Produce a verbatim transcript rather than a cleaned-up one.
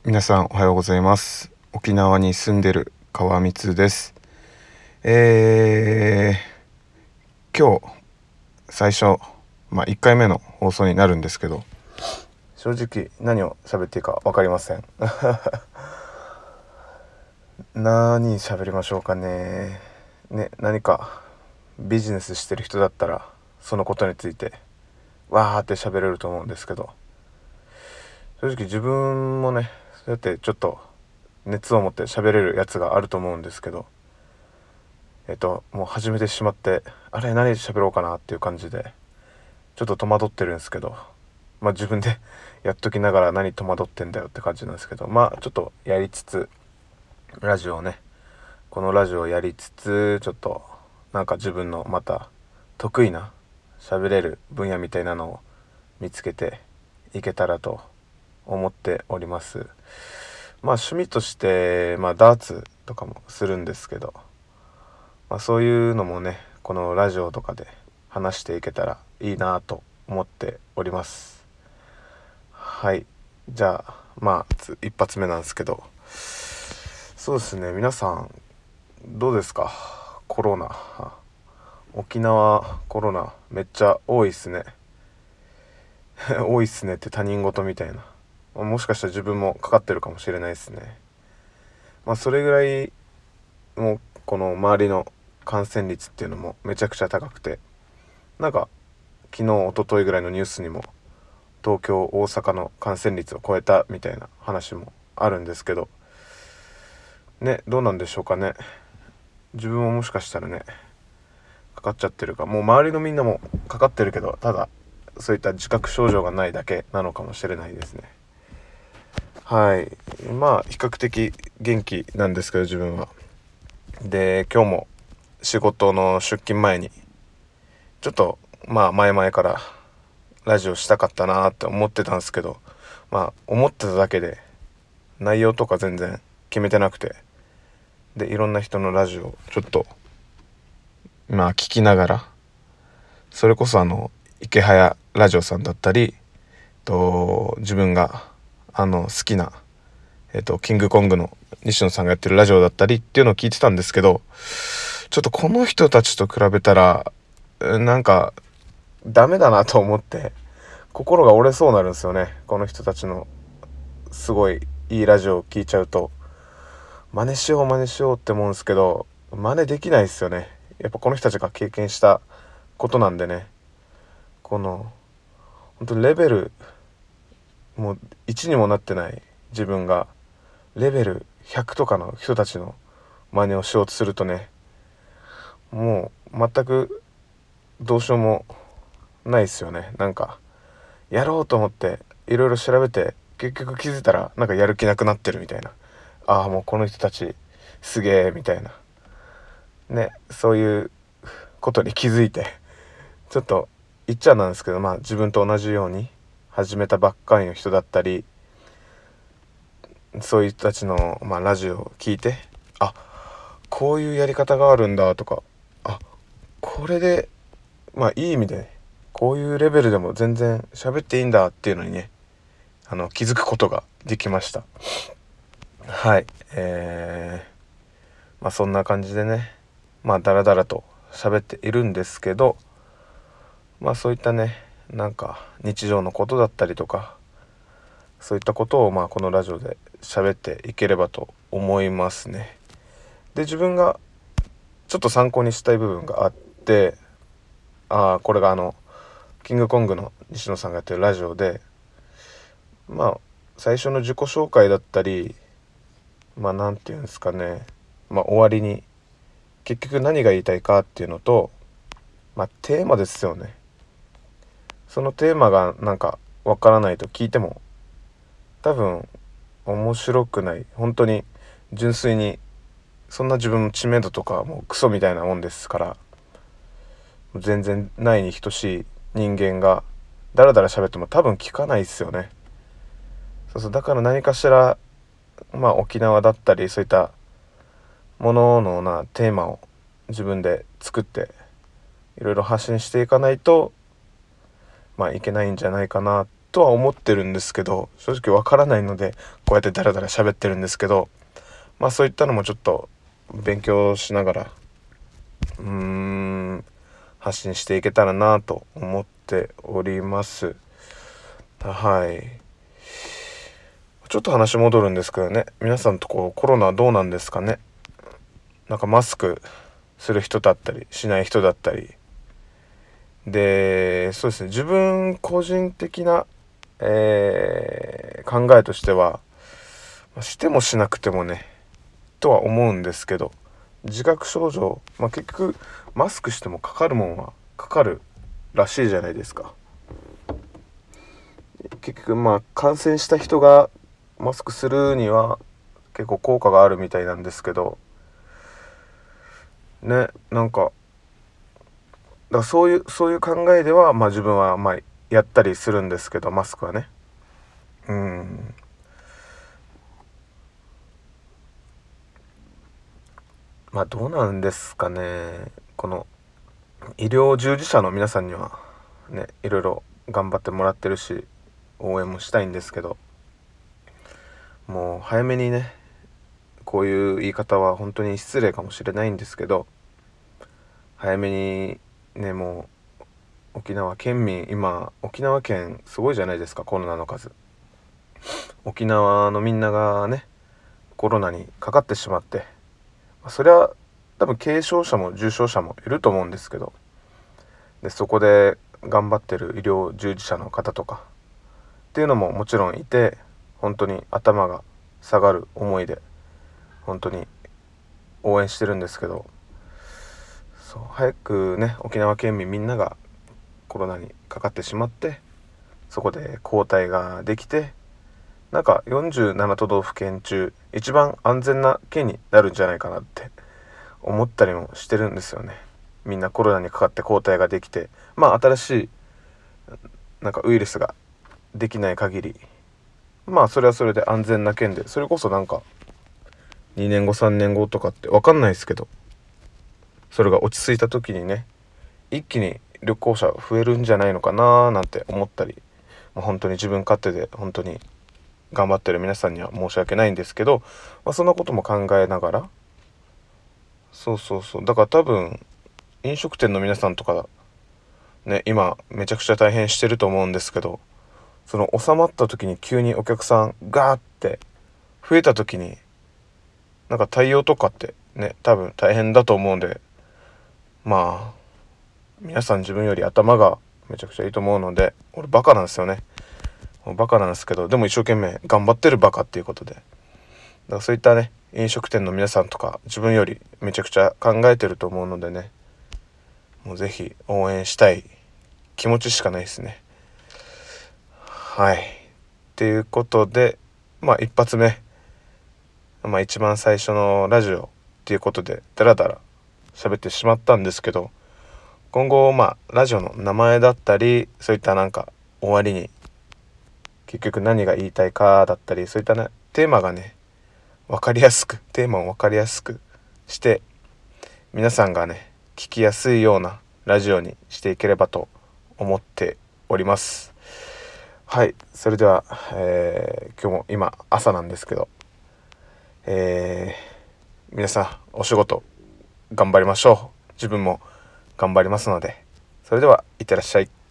皆さんおはようございます。沖縄に住んでる川光です。えー、今日最初、まあ、いっかいめの放送になるんですけど、正直何を喋っていいか分かりません。何喋りましょうかね。ね、何かビジネスしてる人だったらそのことについてわーって喋れると思うんですけど、正直自分もね、そうやってちょっと熱を持って喋れるやつがあると思うんですけど、えっともう始めてしまって、あれ何喋ろうかなっていう感じでちょっと戸惑ってるんですけど、まあ自分でやっときながら何戸惑ってんだよって感じなんですけど、まあちょっとやりつつラジオをねこのラジオをやりつつ、ちょっとなんか自分のまた得意な喋れる分野みたいなのを見つけていけたらと思っております。まあ趣味としてまあダーツとかもするんですけど、まあ、そういうのもねこのラジオとかで話していけたらいいなと思っております。はい、じゃあまあ一発目なんですけど、そうですね、皆さんどうですか？コロナ、沖縄コロナめっちゃ多いっすね。多いっすねって他人事みたいな。もしかしたら自分もかかってるかもしれないですね。まあそれぐらいもうこの周りの感染率っていうのもめちゃくちゃ高くて、なんか昨日一昨日ぐらいのニュースにも東京大阪の感染率を超えたみたいな話もあるんですけどね、どうなんでしょうかね。自分ももしかしたらねかかっちゃってるか、もう周りのみんなもかかってるけど、ただそういった自覚症状がないだけなのかもしれないですね。はい、まあ比較的元気なんですけど自分は。で今日も仕事の出勤前にちょっとまあ前々からラジオしたかったなって思ってたんですけど、まあ思ってただけで内容とか全然決めてなくて、でいろんな人のラジオちょっとまあ聞きながら、それこそあの池早ラジオさんだったりと、自分があの好きなえっとキングコングの西野さんがやってるラジオだったりっていうのを聞いてたんですけど、ちょっとこの人たちと比べたらなんかダメだなと思って心が折れそうになるんですよね。この人たちのすごいいいラジオを聞いちゃうと真似しよう真似しようって思うんですけど、真似できないですよね。やっぱこの人たちが経験したことなんでね、この本当にレベルもういちにもなってない自分がレベルひゃくとかの人たちの真似をしようとするとね、もう全くどうしようもないですよね。なんかやろうと思っていろいろ調べて結局気づいたらなんかやる気なくなってるみたいな、ああもうこの人たちすげえみたいなね、そういうことに気づいて、ちょっと言っちゃなんですけど、まあ自分と同じように始めたばっかりの人だったり、そういう人たちの、まあ、ラジオを聞いて、あこういうやり方があるんだとか、あこれでまあいい意味で、ね、こういうレベルでも全然喋っていいんだっていうのにね、あの気づくことができました。はい、えー、まあそんな感じでね、まあダラダラと喋っているんですけど、まあそういったねなんか日常のことだったりとか、そういったことをまあこのラジオで喋っていければと思いますね。で自分がちょっと参考にしたい部分があって、ああこれがあのキングコングの西野さんがやってるラジオで、まあ最初の自己紹介だったり、まあなんていうんですかね、まあ終わりに結局何が言いたいかっていうのと、まあテーマですよね。そのテーマがなんかわからないと聞いても多分面白くない。本当に純粋にそんな自分の知名度とかもうクソみたいなもんですから、全然ないに等しい人間がダラダラ喋っても多分聞かないっすよね。そうそう、だから何かしらまあ沖縄だったりそういったもののなテーマを自分で作っていろいろ発信していかないとまあいけないんじゃないかなっとは思ってるんですけど、正直わからないのでこうやってダラダラ喋ってるんですけど、まあそういったのもちょっと勉強しながらうーん発信していけたらなと思っております。はい。ちょっと話戻るんですけどね、皆さんとこコロナどうなんですかね。なんかマスクする人だったりしない人だったりで、そうですね、自分個人的な、えー考えとしてはしてもしなくてもねとは思うんですけど、自覚症状、まあ、結局マスクしてもかかるもんはかかるらしいじゃないですか。結局まあ感染した人がマスクするには結構効果があるみたいなんですけどね、なんかだからそういうそういう考えでは、まあ、自分はまあやったりするんですけど、マスクはね、うんまあどうなんですかね。この医療従事者の皆さんにはね、いろいろ頑張ってもらってるし応援もしたいんですけど、もう早めにね、こういう言い方は本当に失礼かもしれないんですけど、早めにね、もう沖縄県民、今沖縄県すごいじゃないですか、コロナの数。沖縄のみんながねコロナにかかってしまって、それは多分軽症者も重症者もいると思うんですけど、でそこで頑張ってる医療従事者の方とかっていうのももちろんいて、本当に頭が下がる思いで本当に応援してるんですけど、そう早くね沖縄県民みんながコロナにかかってしまって、そこで抗体ができて、なんかよんじゅうなな都道府県中一番安全な県になるんじゃないかなって思ったりもしてるんですよね。みんなコロナにかかって抗体ができて、まあ新しいなんかウイルスができない限り、まあそれはそれで安全な県で、それこそなんかにねんごさんねんごとかって分かんないですけど、それが落ち着いた時にね一気に旅行者増えるんじゃないのかななんて思ったり、もう本当に自分勝手で本当に頑張ってる皆さんには申し訳ないんですけど、まあ、そんなことも考えながら、そうそうそう、だから多分飲食店の皆さんとかね今めちゃくちゃ大変してると思うんですけど、その収まった時に急にお客さんガーって増えた時になんか対応とかってね多分大変だと思うんで、まあ皆さん自分より頭がめちゃくちゃいいと思うので、俺バカなんですよね。バカなんですけど、でも一生懸命頑張ってるバカっていうことで、だからそういったね飲食店の皆さんとか自分よりめちゃくちゃ考えてると思うのでね、もうぜひ応援したい気持ちしかないですね。はい。っていうことで、まあ一発目、まあ一番最初のラジオっていうことでダラダラ喋ってしまったんですけど、今後まあラジオの名前だったり、そういったなんか終わりに結局何が言いたいかだったり、そういったねテーマがね分かりやすくテーマを分かりやすくして皆さんがね聞きやすいようなラジオにしていければと思っております。はい、それでは、えー今日も今朝なんですけど、えー皆さんお仕事頑張りましょう。自分も頑張りますので、それではいってらっしゃい。